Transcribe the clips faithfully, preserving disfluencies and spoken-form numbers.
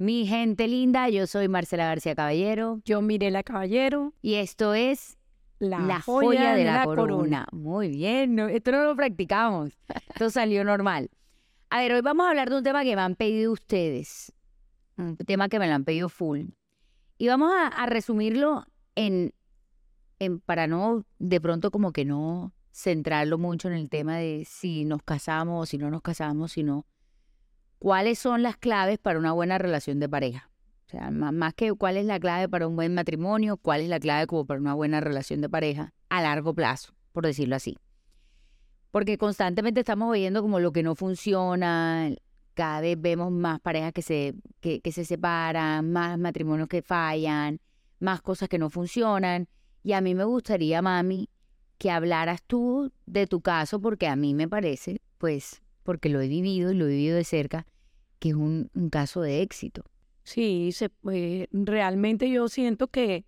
Mi gente linda, yo soy Marcela García Caballero. Yo Mirela Caballero. Y esto es La, La joya, joya de, de la, la corona. corona. Muy bien, no, esto no lo practicamos. Esto salió normal. A ver, hoy vamos a hablar de un tema que me han pedido ustedes. Un tema que me lo han pedido full. Y vamos a, a resumirlo en, en, para no, de pronto como que no centrarlo mucho en el tema de si nos casamos o si no nos casamos, sino cuáles son las claves para una buena relación de pareja. O sea, más, más que cuál es la clave para un buen matrimonio, cuál es la clave como para una buena relación de pareja a largo plazo, por decirlo así. Porque constantemente estamos viendo como lo que no funciona, cada vez vemos más parejas que se, que, que se separan, más matrimonios que fallan, más cosas que no funcionan. Y a mí me gustaría, mami, que hablaras tú de tu caso, porque a mí me parece, pues, porque lo he vivido y lo he vivido de cerca, que es un, un caso de éxito. Sí, se, eh, realmente yo siento que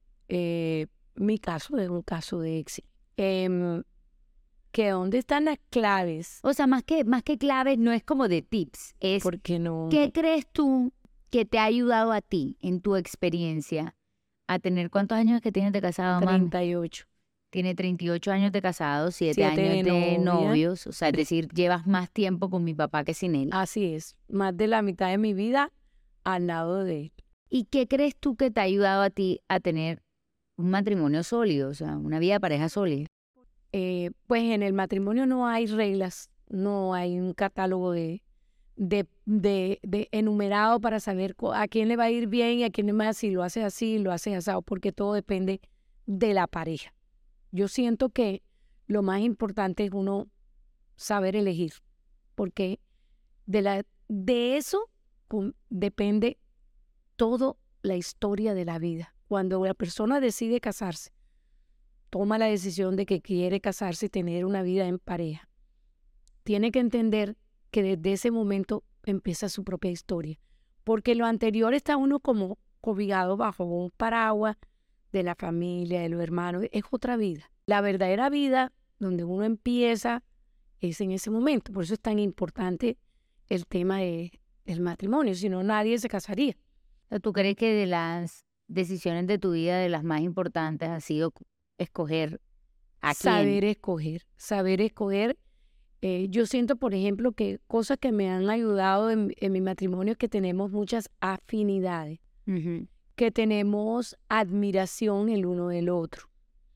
eh, mi caso es un caso de éxito. Eh, que dónde están las claves. O sea, más que, más que claves, no es como de tips, es Porque no. ¿qué crees tú que te ha ayudado a ti, en tu experiencia, a tener cuántos años que tienes de casado, mami? treinta y ocho. Tiene treinta y ocho años de casado, siete Siete años de de novia. novios, o sea, es decir, llevas más tiempo con mi papá que sin él. Así es. Más de la mitad de mi vida al lado de él. ¿Y qué crees tú que te ha ayudado a ti a tener un matrimonio sólido, o sea, una vida de pareja sólida? Eh, pues en el matrimonio no hay reglas, no hay un catálogo de, de, de, de enumerado para saber a quién le va a ir bien y a quién más, si lo haces así, lo haces asado, porque todo depende de la pareja. Yo siento que lo más importante es uno saber elegir, porque de, la, de eso um, depende toda la historia de la vida. Cuando la persona decide casarse, toma la decisión de que quiere casarse y tener una vida en pareja, tiene que entender que desde ese momento empieza su propia historia. Porque lo anterior está uno como cobijado bajo un paraguas de la familia, de los hermanos, es otra vida. La verdadera vida donde uno empieza es en ese momento. Por eso es tan importante el tema de, del matrimonio, si no nadie se casaría. ¿Tú crees que de las decisiones de tu vida, de las más importantes, ha sido escoger a quién? Saber escoger, saber escoger. Eh, yo siento, por ejemplo, que cosas que me han ayudado en, en mi matrimonio es que tenemos muchas afinidades, Uh-huh. que tenemos admiración el uno del otro.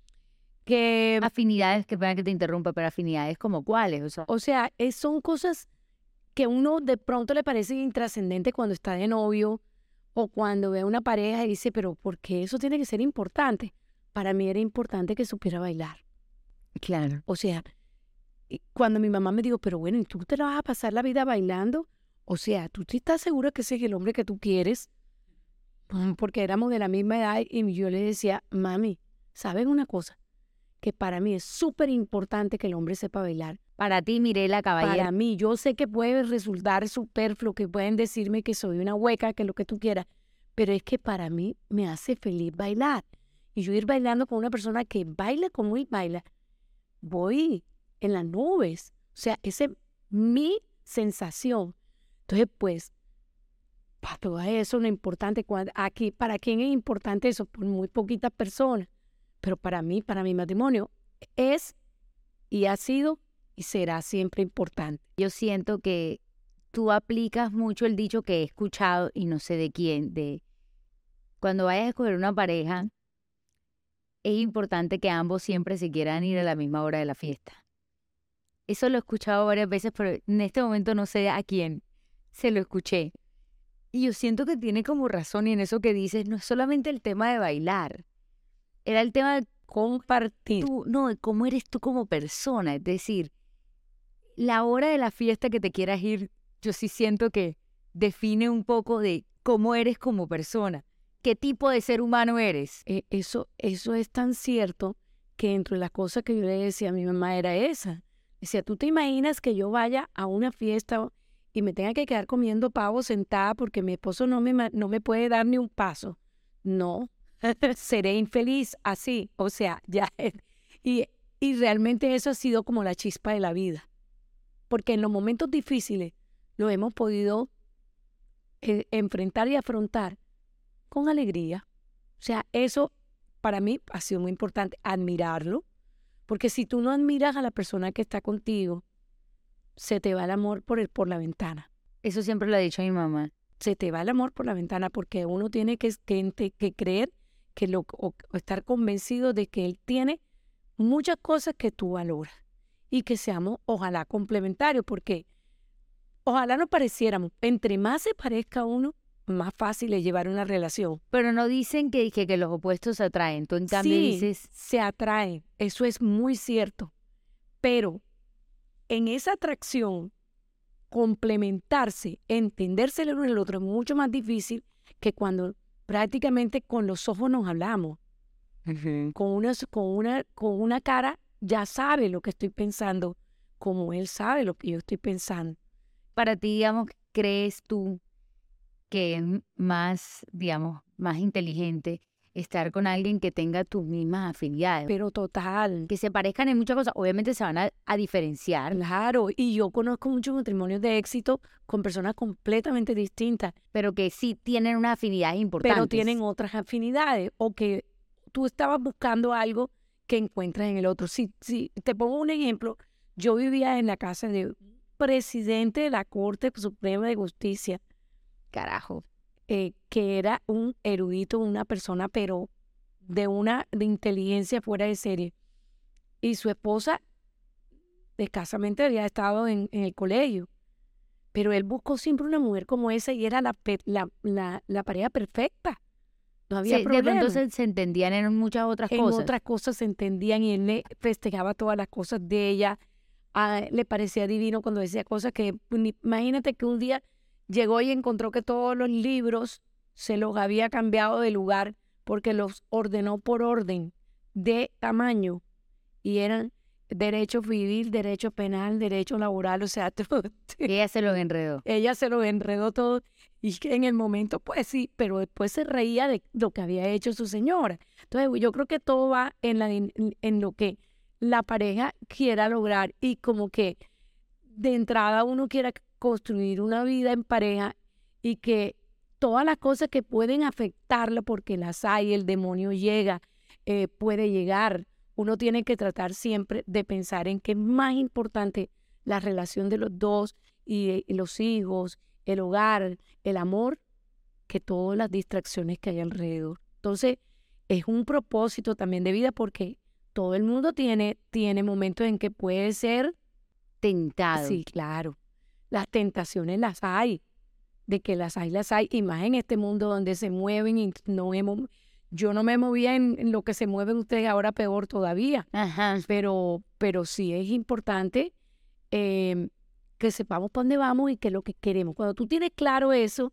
Que, Afinidades, que pena que te interrumpa, pero afinidades como cuáles, o sea, o sea, es- son cosas que a uno de pronto le parecen intrascendentes cuando está de novio o cuando ve a una pareja y dice, pero ¿por qué eso tiene que ser importante? Para mí era importante que supiera bailar. claro. O sea, y cuando mi mamá me dijo, pero bueno, ¿y tú te la vas a pasar la vida bailando? O sea, ¿tú sí estás segura que ese es el hombre que tú quieres? Mm, Porque éramos de la misma edad y yo le decía, mami, ¿saben una cosa? Que para mí es súper importante que el hombre sepa bailar. Para ti, Mirela Caballero. Para mí, yo sé que puede resultar superfluo, que pueden decirme que soy una hueca, que lo que tú quieras, pero es que para mí me hace feliz bailar. Y yo ir bailando con una persona que baila como él baila, voy en las nubes. O sea, esa es mi sensación. Entonces, pues, para todo eso, lo importante, aquí, ¿para quién es importante eso? Por muy poquitas personas. Pero para mí, para mi matrimonio, es y ha sido y será siempre importante. Yo siento que tú aplicas mucho el dicho que he escuchado y no sé de quién, de cuando vayas a escoger una pareja, es importante que ambos siempre se quieran ir a la misma hora de la fiesta. Eso lo he escuchado varias veces, pero en este momento no sé a quién se lo escuché. Y yo siento que tiene como razón y en eso que dices, no es solamente el tema de bailar, era el tema de Compartir. tú, no, de cómo eres tú como persona, es decir, la hora de la fiesta que te quieras ir, yo sí siento que define un poco de cómo eres como persona, qué tipo de ser humano eres. Eh, eso, eso es tan cierto que entre las cosas que yo le decía a mi mamá era esa. Decía, ¿tú te imaginas que yo vaya a una fiesta y me tenga que quedar comiendo pavo sentada porque mi esposo no me, ma- no me puede dar ni un paso? No, seré infeliz así. O sea, ya. Y, y realmente eso ha sido como la chispa de la vida. Porque en los momentos difíciles lo hemos podido eh, enfrentar y afrontar con alegría. O sea, eso para mí ha sido muy importante, admirarlo, porque si tú no admiras a la persona que está contigo, se te va el amor por el, por la ventana. Eso siempre lo ha dicho mi mamá. Se te va el amor por la ventana porque uno tiene que, que, que creer que lo, o, o estar convencido de que él tiene muchas cosas que tú valoras y que seamos, ojalá, complementarios, porque ojalá nos pareciéramos. Entre más se parezca uno, más fácil es llevar una relación. Pero no dicen que, que, que los opuestos se atraen. Tú en cambio Sí, dices... se atraen. Eso es muy cierto. Pero en esa atracción, complementarse, entenderse el uno y el otro es mucho más difícil que cuando prácticamente con los ojos nos hablamos. Uh-huh. Con, una, con, una, con una cara ya sabe lo que estoy pensando, como él sabe lo que yo estoy pensando. Para ti, digamos, ¿crees tú que es más, digamos, más inteligente estar con alguien que tenga tus mismas afinidades? Pero total. Que se parezcan en muchas cosas. Obviamente se van a, a diferenciar. Claro, y yo conozco muchos matrimonios de éxito con personas completamente distintas. Pero que sí tienen unas afinidades importantes. Pero tienen otras afinidades. O que tú estabas buscando algo que encuentras en el otro. Si, si te pongo un ejemplo, yo vivía en la casa de un presidente de la Corte Suprema de Justicia. Carajo. Eh, que era un erudito, una persona, pero de una de inteligencia fuera de serie. Y su esposa escasamente había estado en, en el colegio. Pero él buscó siempre una mujer como esa y era la, la, la, la pareja perfecta. No había sí, problema. De pronto se, se entendían en muchas otras en cosas. En otras cosas se entendían y él le festejaba todas las cosas de ella. A, le parecía divino cuando decía cosas que, imagínate que un día llegó y encontró que todos los libros se los había cambiado de lugar porque los ordenó por orden de tamaño y eran derecho civil, derecho penal, derecho laboral, o sea, todo. Ella se lo enredó. Ella se lo enredó todo y en el momento pues sí, pero después se reía de lo que había hecho su señora. Entonces yo creo que todo va en, la, en, en lo que la pareja quiera lograr y como que de entrada uno quiera construir una vida en pareja y que todas las cosas que pueden afectarla, porque las hay, el demonio llega, eh, puede llegar. Uno tiene que tratar siempre de pensar en que es más importante la relación de los dos y, y los hijos, el hogar, el amor, que todas las distracciones que hay alrededor. Entonces, es un propósito también de vida porque todo el mundo tiene, tiene momentos en que puede ser tentado. Sí, claro. Las tentaciones las hay, de que las hay, las hay, y más en este mundo donde se mueven y no hemos, yo no me movía en, en lo que se mueven ustedes ahora peor todavía, Ajá. pero, pero sí es importante eh, que sepamos para dónde vamos y qué es lo que queremos. Cuando tú tienes claro eso,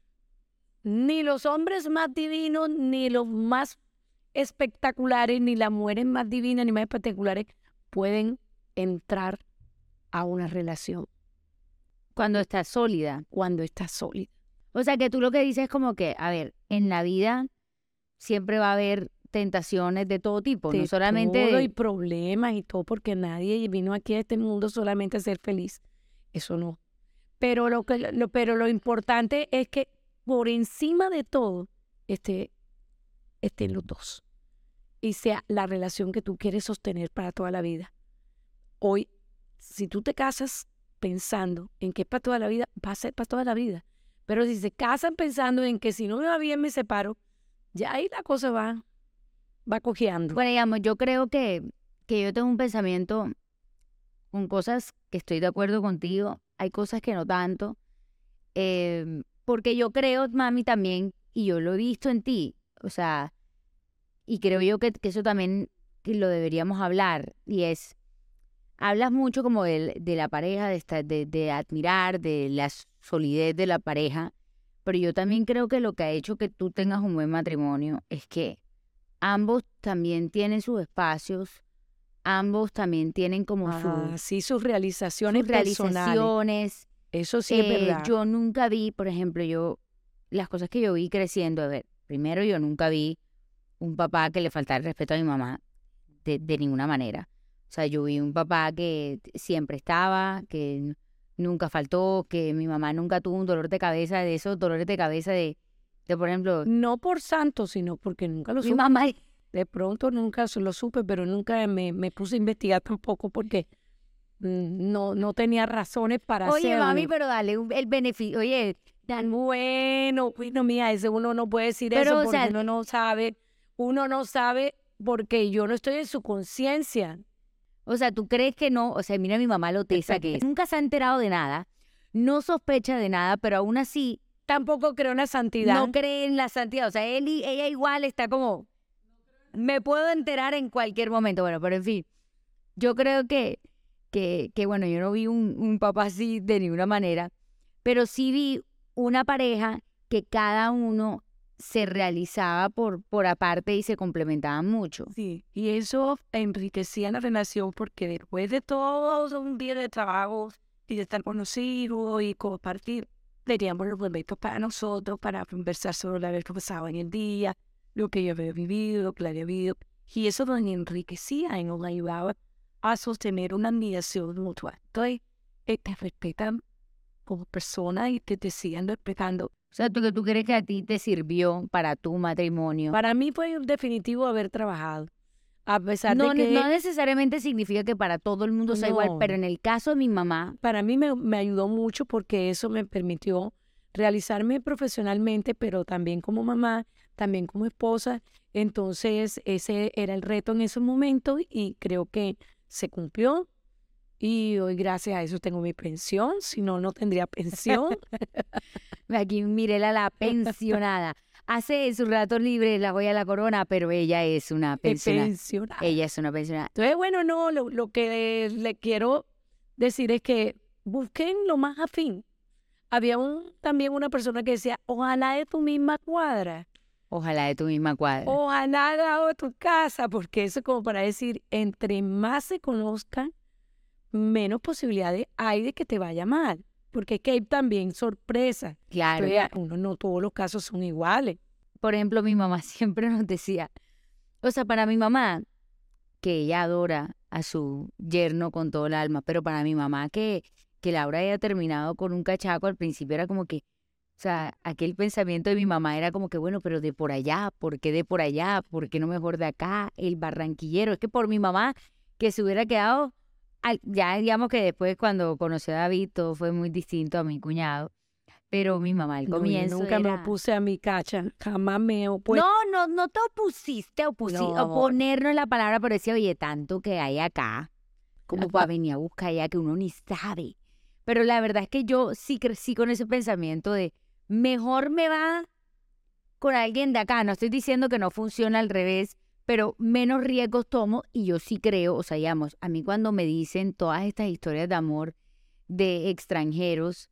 ni los hombres más divinos, ni los más espectaculares, ni las mujeres más divinas, ni más espectaculares pueden entrar a una relación. Cuando está sólida. Cuando está sólida. O sea, que tú lo que dices es como que, a ver, en la vida siempre va a haber tentaciones de todo tipo, de no solamente... todo de... y problemas y todo, porque nadie vino aquí a este mundo solamente a ser feliz. Eso no. Pero lo, que, lo, pero lo importante es que por encima de todo esté, estén los dos. Y sea la relación que tú quieres sostener para toda la vida. Hoy, si tú te casas pensando en que es para toda la vida, va a ser para toda la vida. Pero si se casan pensando en que si no me va bien me separo, ya ahí la cosa va, va cojeando. Bueno, digamos, yo creo que, que yo tengo un pensamiento con cosas que estoy de acuerdo contigo, hay cosas que no tanto, eh, porque yo creo, mami, también, y yo lo he visto en ti, o sea, y creo yo que, que eso también que lo deberíamos hablar, y es, hablas mucho como de, de la pareja, de, estar, de, de admirar, de la solidez de la pareja, pero yo también creo que lo que ha hecho que tú tengas un buen matrimonio es que ambos también tienen sus espacios, ambos también tienen como ah, sus, sí, sus realizaciones sus realizaciones. Eso sí eh, es verdad. Yo nunca vi, por ejemplo, yo, las cosas que yo vi creciendo, a ver, primero yo nunca vi un papá que le faltara el respeto a mi mamá de, de ninguna manera. O sea, yo vi un papá que siempre estaba, que nunca faltó, que mi mamá nunca tuvo un dolor de cabeza, de esos dolores de cabeza de, de por ejemplo, No por santo, sino porque nunca lo mi supe. mamá, De pronto nunca se lo supe, pero nunca me, me puse a investigar tampoco porque mm, no, no tenía razones para oye, hacerlo. mami, pero dale un- el beneficio, oye, dan- Bueno, bueno, mía, ese uno no puede decir Pero, eso o porque sea, uno no sabe, uno no sabe porque yo no estoy en su conciencia. o sea, ¿tú crees que no? O sea, mira mi mamá lo tesa que es. Nunca se ha enterado de nada, no sospecha de nada, pero aún así Tampoco creo en la santidad. no cree en la santidad. O sea, él y ella igual está como, me puedo enterar en cualquier momento. Bueno, pero en fin, yo creo que, que, que bueno, yo no vi un, un papá así de ninguna manera, pero sí vi una pareja que cada uno se realizaba por, por aparte y se complementaban mucho. Sí, y eso enriquecía la relación porque después de todo un día de trabajo y de estar con los hijos y compartir, teníamos los momentos para nosotros, para conversar sobre lo que había pasado en el día, lo que yo había vivido, lo que le había vivido. Y eso nos enriquecía y nos ayudaba a sostener una admiración mutua. Entonces, eh, te respetan como persona y te, te siguen respetando. O sea, ¿tú, que tú crees que a ti te sirvió para tu matrimonio? Para mí fue definitivo haber trabajado. A pesar No, de ne- que no necesariamente significa que para todo el mundo sea igual, No. pero en el caso de mi mamá, para mí me, me ayudó mucho porque eso me permitió realizarme profesionalmente, pero también como mamá, también como esposa. Entonces, ese era el reto en esos momentos y creo que se cumplió. Y hoy, gracias a eso, tengo mi pensión. Si no, no tendría pensión. aquí Mirela la pensionada, hace su rato libre la voy a la corona, pero ella es una Eh, pensionada. pensionada. Ella es una pensionada. Entonces, bueno, no, lo, lo que le quiero decir es que busquen lo más afín. Había un, también una persona que decía, ojalá de tu misma cuadra, Ojalá de tu misma cuadra. ojalá al lado de tu casa, porque eso es como para decir, entre más se conozcan, menos posibilidades hay de que te vaya mal, porque es que hay también sorpresas. Claro. Entonces, uno no todos los casos son iguales. Por ejemplo, mi mamá siempre nos decía, o sea, para mi mamá, que ella adora a su yerno con todo el alma, pero para mi mamá que, que Laura haya terminado con un cachaco al principio era como que, o sea, aquel pensamiento de mi mamá era como que, bueno, pero de por allá, ¿por qué de por allá? ¿Por qué no mejor de acá? El barranquillero. Es que por mi mamá que se hubiera quedado, al- ya digamos que después cuando conoció a David todo fue muy distinto a mi cuñado, pero mi mamá al No, yo comienzo nunca me era... opuse a mi cacha, jamás me he opuesto. No, no, no te opusiste, opusiste, No. oponernos la palabra, pero decía, oye, tanto que hay acá, como para venir a buscar allá que uno ni sabe. Pero la verdad es que yo sí crecí con ese pensamiento de, mejor me va con alguien de acá. No estoy diciendo que no funciona al revés, pero menos riesgos tomo y yo sí creo, o sea, digamos, a mí cuando me dicen todas estas historias de amor de extranjeros,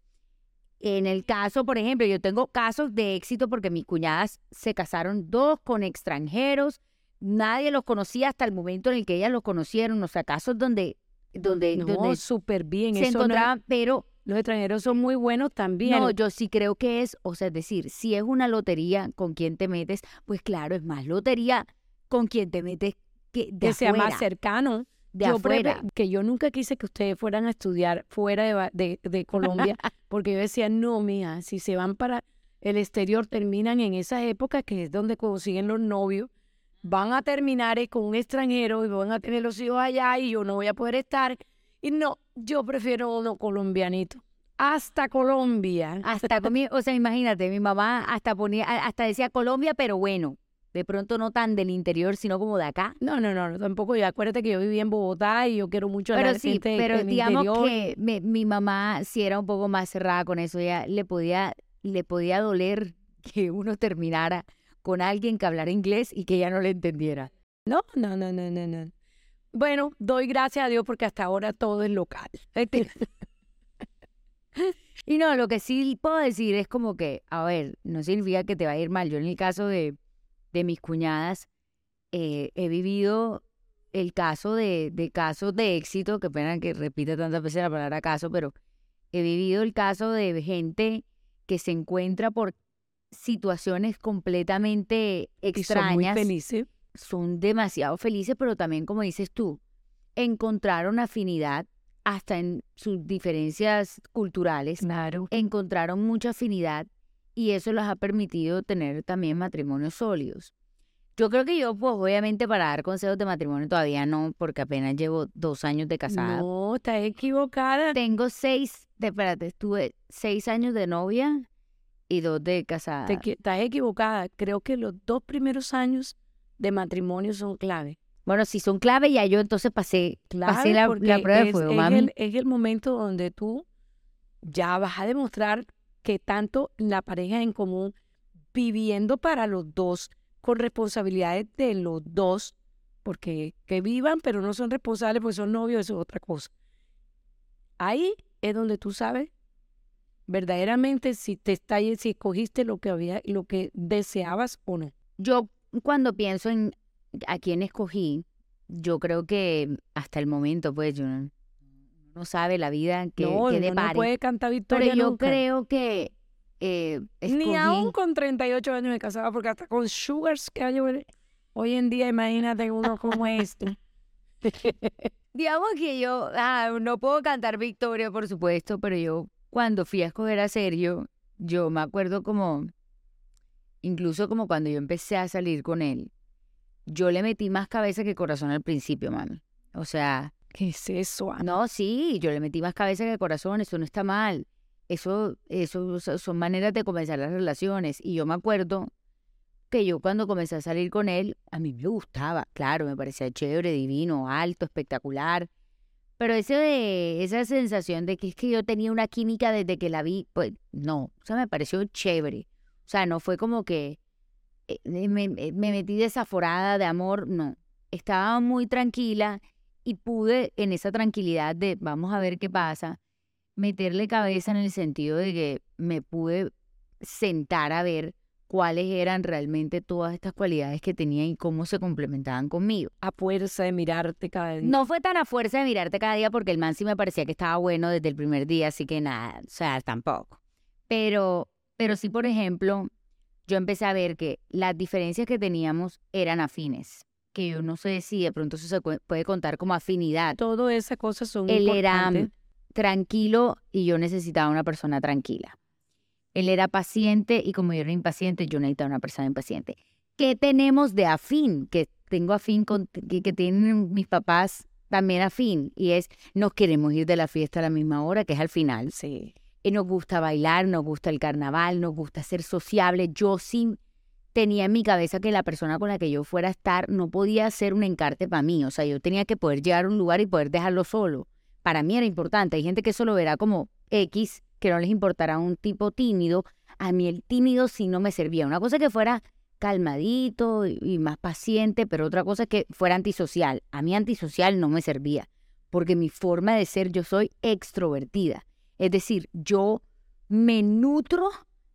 en el caso, por ejemplo, yo tengo casos de éxito porque mis cuñadas se casaron dos con extranjeros, nadie los conocía hasta el momento en el que ellas los conocieron, o sea, casos donde, donde, No, donde súper bien. se Eso no- encontraban, pero los extranjeros son muy buenos también. no, yo sí creo que es, o sea, es decir, si es una lotería con quien te metes, pues claro, es más lotería con quien te metes que de que sea afuera, más cercano. de yo afuera. prefe- que yo nunca quise que ustedes fueran a estudiar fuera de, Ba- de, de Colombia, porque yo decía, no, mija, si se van para el exterior, terminan en esa época que es donde consiguen los novios, van a terminar eh, con un extranjero y van a tener los hijos allá y yo no voy a poder estar. Y no, yo prefiero uno colombianito. Hasta Colombia. Hasta con mi- o sea, imagínate, mi mamá hasta ponía, a- hasta decía Colombia, pero bueno, de pronto no tan del interior, sino como de acá. No, no, no, no, tampoco. Yo acuérdate que yo viví en Bogotá y yo quiero mucho a Pero la sí, gente pero del digamos interior. que mi, mi mamá sí era un poco más cerrada con eso, ella le podía, le podía doler que uno terminara con alguien que hablara inglés y que ella no le entendiera. No, no, no, no, no, no. Bueno, doy gracias a Dios porque hasta ahora todo es local. Y no, lo que sí puedo decir es como que, a ver, no significa que te va a ir mal. Yo en el caso de, de mis cuñadas, eh, he vivido el caso de, de casos de éxito, que pena que repita tantas veces la palabra caso, pero he vivido el caso de gente que se encuentra por situaciones completamente Y son muy extrañas. felices. Son demasiado felices, pero también, como dices tú, encontraron afinidad hasta en sus diferencias culturales, Claro. encontraron mucha afinidad y eso les ha permitido tener también matrimonios sólidos. Yo creo que yo, pues obviamente para dar consejos de matrimonio todavía no, porque apenas llevo dos años de casada. No, estás equivocada. Tengo seis, de, espérate, estuve seis años de novia y dos de casada. Te equi- estás equivocada. Creo que los dos primeros años de matrimonio son clave. Bueno, si son clave, ya yo entonces pasé, Clave, pasé la, porque la prueba de es, fuego, es mami. el, es el momento donde tú ya vas a demostrar que tanto la pareja en común, viviendo para los dos, con responsabilidades de los dos, porque que vivan pero no son responsables porque son novios, eso es otra cosa. Ahí es donde tú sabes verdaderamente si te está, si escogiste lo que había, lo que deseabas o no. Yo cuando pienso en a quién escogí, yo creo que hasta el momento, pues, yo no, no sabe la vida que, no, que uno depare. no puede cantar Pero victoria yo nunca. creo que eh, escogí... Ni aún con treinta y ocho años de casada, porque hasta con sugars que hay hoy hoy en día, imagínate uno como este. Digamos que yo, ah, no puedo cantar victoria, por supuesto, pero yo cuando fui a escoger a Sergio, yo me acuerdo como, incluso como cuando yo empecé a salir con él, yo le metí más cabeza que corazón al principio, mami. O sea, ¿Qué es eso? Ana? no, sí, yo le metí más cabeza que corazón, eso no está mal. Eso, eso so- son maneras de comenzar las relaciones. Y yo me acuerdo que yo cuando comencé a salir con él, a mí me gustaba, claro, me parecía chévere, divino, alto, espectacular. Pero ese de, esa sensación de que es que yo tenía una química desde que la vi, pues no, o sea, me pareció chévere. O sea, no fue como que eh, me, me me metí desaforada de amor, no. Estaba muy tranquila y pude en esa tranquilidad de vamos a ver qué pasa, meterle cabeza en el sentido de que me pude sentar a ver cuáles eran realmente todas estas cualidades que tenía y cómo se complementaban conmigo. A fuerza de mirarte cada día. No fue tan a fuerza de mirarte cada día porque el man sí me parecía que estaba bueno desde el primer día, así que nada, o sea, tampoco. Pero, pero sí, por ejemplo, yo empecé a ver que las diferencias que teníamos eran afines, que yo no sé si de pronto eso se cue- puede contar como afinidad. Todas esas cosas son Él era importantes. tranquilo y yo necesitaba una persona tranquila. Él era paciente y como yo era impaciente, yo necesitaba una persona impaciente. ¿Qué tenemos de afín? Que tengo afín con, que, que tienen mis papás también afín. Y es, nos queremos ir de la fiesta a la misma hora, que es al final. Sí. Y nos gusta bailar, nos gusta el carnaval, nos gusta ser sociable. Yo sí tenía en mi cabeza que la persona con la que yo fuera a estar no podía ser un encarte para mí. O sea, yo tenía que poder llegar a un lugar y poder dejarlo solo. Para mí era importante. Hay gente que eso lo verá como X, que no les importará un tipo tímido. A mí el tímido sí no me servía. Una cosa que fuera calmadito y, y más paciente, pero otra cosa que fuera antisocial. A mí antisocial no me servía, porque mi forma de ser, yo soy extrovertida. Es decir, yo me nutro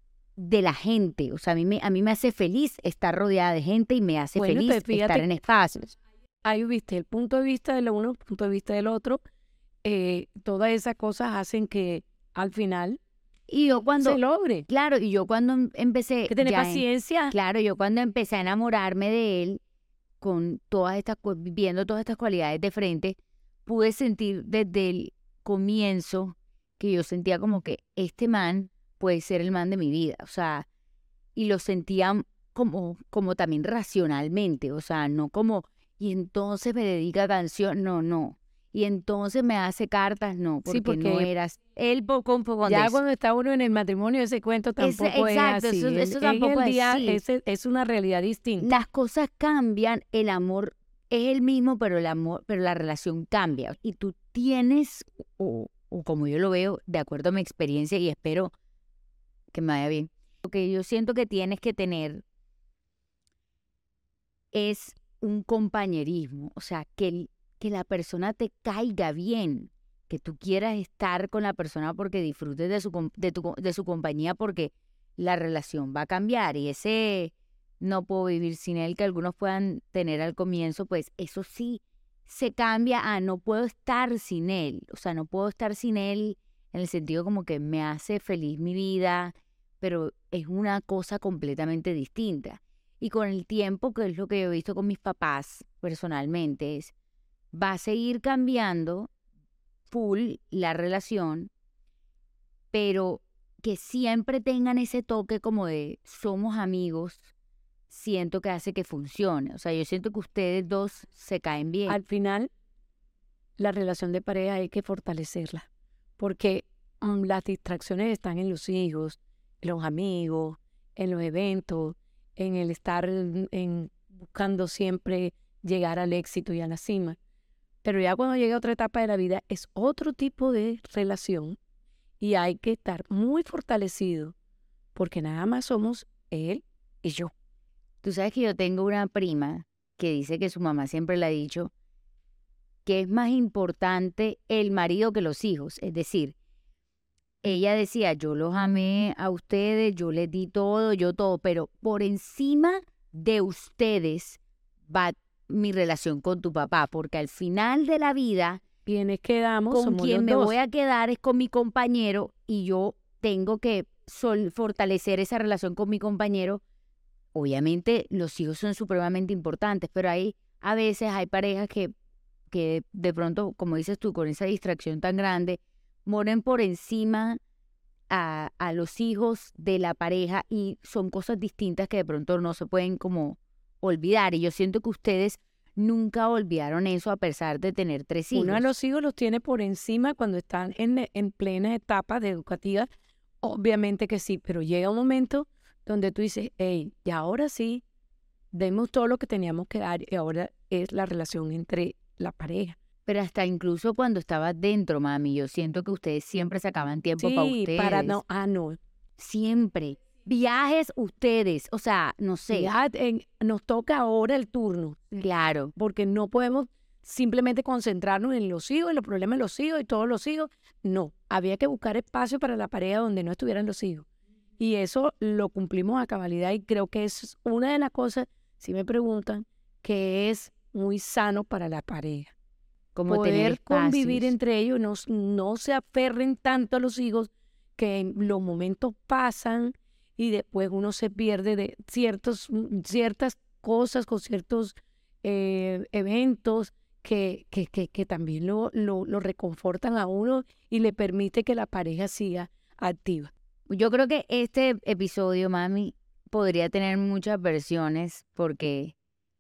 de la gente. O sea, a mí me, a mí me hace feliz estar rodeada de gente y me hace Bueno, feliz pues fíjate estar en espacios. Ahí viste el punto de vista del uno, el punto de vista del otro. Eh, todas esas cosas hacen que al final Y yo cuando, se logre. claro, y yo cuando em- empecé, Que tener ya en- paciencia. claro, yo cuando empecé a enamorarme de él, con todas estas, cu- viendo todas estas cualidades de frente, pude sentir desde el comienzo que yo sentía como que este man puede ser el man de mi vida, o sea, y lo sentía como, como también racionalmente, o sea, no como, y entonces me dedica canción, no, no, y entonces me hace cartas, no, porque, Sí, porque no eras, él poco un poco de Ya eso. cuando está uno en el matrimonio, ese cuento Ese- tampoco exacto, es así. eso- En- eso en tampoco el es día así. ese- es una realidad distinta. Las cosas cambian, el amor es el mismo, pero el amor, pero la relación cambia. Y tú tienes, o, o como yo lo veo, de acuerdo a mi experiencia, y espero que me vaya bien, lo que yo siento que tienes que tener es un compañerismo, o sea, que, el- que la persona te caiga bien, que tú quieras estar con la persona porque disfrutes de su, com- de tu, co- de su compañía porque la relación va a cambiar y ese no puedo vivir sin él que algunos puedan tener al comienzo, pues eso sí se cambia a no puedo estar sin él, o sea, no puedo estar sin él en el sentido como que me hace feliz mi vida, pero es una cosa completamente distinta. Y con el tiempo, que es lo que yo he visto con mis papás personalmente, es va a seguir cambiando full la relación, pero que siempre tengan ese toque como de somos amigos, siento que hace que funcione. O sea, yo siento que ustedes dos se caen bien. Al final, la relación de pareja hay que fortalecerla, porque um, las distracciones están en los hijos, en los amigos, en los eventos, en el estar en, en buscando siempre llegar al éxito y a la cima. Pero ya cuando llega a otra etapa de la vida es otro tipo de relación y hay que estar muy fortalecido porque nada más somos él y yo. Tú sabes que yo tengo una prima que dice que su mamá siempre le ha dicho que es más importante el marido que los hijos. Es decir, ella decía, yo los amé a ustedes, yo les di todo, yo todo, pero por encima de ustedes va mi relación con tu papá, porque al final de la vida, quienes quedamos con somos quien los me dos. voy a quedar es con mi compañero y yo tengo que sol- fortalecer esa relación con mi compañero. Obviamente los hijos son supremamente importantes, pero hay a veces hay parejas que, que de pronto, como dices tú, con esa distracción tan grande, mueren por encima a, a los hijos de la pareja y son cosas distintas que de pronto no se pueden como olvidar. Y yo siento que ustedes nunca olvidaron eso a pesar de tener tres hijos. Uno de los hijos los tiene por encima cuando están en, en plena etapa de educativa. Obviamente que sí, pero llega un momento donde tú dices, hey, y ahora sí, demos todo lo que teníamos que dar y ahora es la relación entre la pareja. Pero hasta incluso cuando estabas dentro, mami, yo siento que ustedes siempre sacaban tiempo para Sí, ustedes. para no, ah, no. Siempre. Viajes ustedes, o sea, no sé. Ya en- nos toca ahora el turno, Claro. porque no podemos simplemente concentrarnos en los hijos, en los problemas de los hijos y todos los hijos. No, había que buscar espacio para la pareja donde no estuvieran los hijos. Y eso lo cumplimos a cabalidad y creo que es una de las cosas, si me preguntan, que es muy sano para la pareja. Como tener Poder convivir espacios. entre ellos, no, no se aferren tanto a los hijos que en los momentos pasan y después uno se pierde de ciertos, ciertas cosas con ciertos eh, eventos que, que, que, que también lo, lo, lo reconfortan a uno y le permite que la pareja siga activa. Yo creo que este episodio, mami, podría tener muchas versiones porque,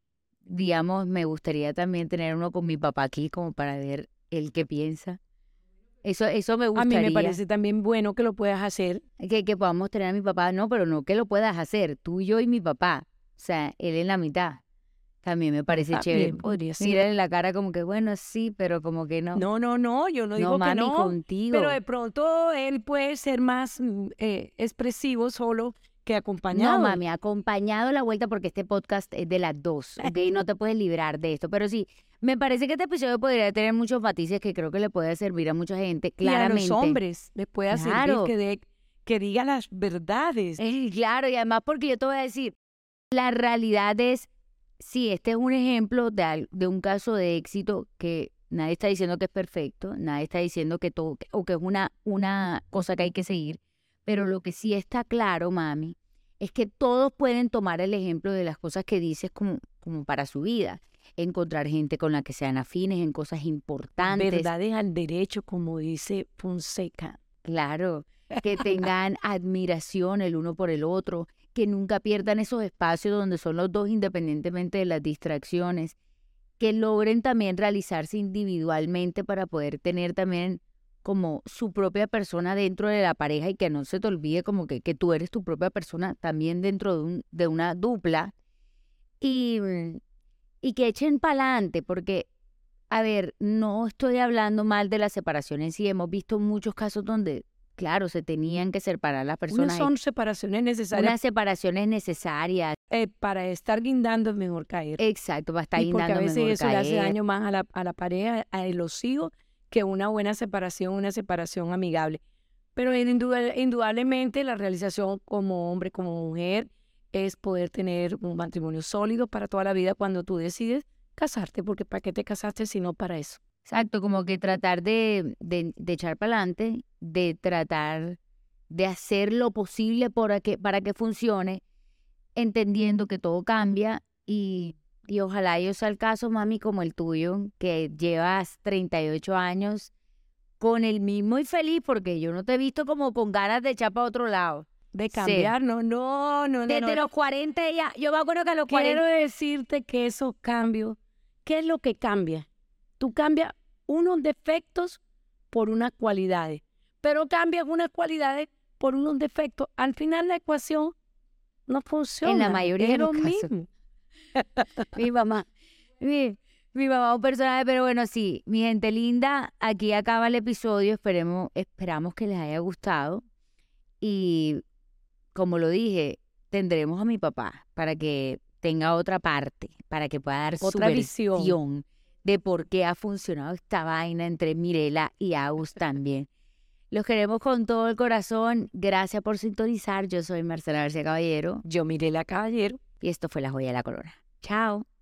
digamos, me gustaría también tener uno con mi papá aquí como para ver él qué piensa. Eso, eso me A gustaría. mí me parece también bueno que lo puedas hacer. Que, que podamos tener a mi papá, no, pero no que lo puedas hacer, tú, yo y mi papá. O sea, él en la mitad. También me parece También chévere. podría ser. Mírale la cara como que, bueno, sí, pero como que no. No, no, no, yo no digo no, mami, que no. contigo. Pero de pronto él puede ser más mm, eh, expresivo solo que acompañado. No, mami, acompañado la vuelta porque este podcast es de las dos, ¿ok? No te puedes librar de esto. Pero sí, me parece que este episodio podría tener muchos matices que creo que le puede servir a mucha gente, claramente. Y a los hombres les puede Claro. servir que, de, que diga las verdades. Eh, claro, y además porque yo te voy a decir, la realidad es, sí, este es un ejemplo de, al- de un caso de éxito que nadie está diciendo que es perfecto, nadie está diciendo que todo, o que es una, una cosa que hay que seguir, pero lo que sí está claro, mami, es que todos pueden tomar el ejemplo de las cosas que dices como, como para su vida, encontrar gente con la que sean afines en cosas importantes. Verdades al derecho, como dice Fonseca. Claro, que tengan admiración el uno por el otro, que nunca pierdan esos espacios donde son los dos independientemente de las distracciones, que logren también realizarse individualmente para poder tener también como su propia persona dentro de la pareja y que no se te olvide como que, que tú eres tu propia persona también dentro de, un, de una dupla y, y que echen para adelante porque, a ver, no estoy hablando mal de la separación en sí, hemos visto muchos casos donde, claro, se tenían que separar las personas. Unas son separaciones necesarias. Unas separaciones necesarias. Eh, para estar guindando es mejor caer. Exacto, para estar Y porque a guindando veces mejor eso le hace caer. daño más a la, a la pareja, a los hijos, que una buena separación, una separación amigable. Pero induda- indudablemente la realización como hombre, como mujer, es poder tener un matrimonio sólido para toda la vida cuando tú decides casarte, porque ¿para qué te casaste si no para eso? Exacto, como que tratar de, de, de echar para adelante, de tratar de hacer lo posible para que, para que funcione, entendiendo que todo cambia y, y ojalá yo sea el caso, mami, como el tuyo, que llevas treinta y ocho años con el mismo infeliz, porque yo no te he visto como con ganas de echar para otro lado. De cambiar, no, no, no, no. Desde no. los cuarenta ya, yo me acuerdo que a los Quiero cuarenta... decirte que esos cambios, ¿qué es lo que cambia? Tú cambias unos defectos por unas cualidades, pero cambias unas cualidades por unos defectos. Al final la ecuación no funciona. En la mayoría es de los lo casos. mismo. Mi mamá, mi, mi mamá es un personaje, pero bueno, sí, mi gente linda, aquí acaba el episodio, esperemos, esperamos que les haya gustado y como lo dije, tendremos a mi papá para que tenga otra parte, para que pueda dar su Otra visión. versión de por qué ha funcionado esta vaina entre Mirela y Agus también. Los queremos con todo el corazón, gracias por sintonizar, yo soy Marcela García Caballero Yo Mirela Caballero. y esto fue La Joya de la Corona. Chao.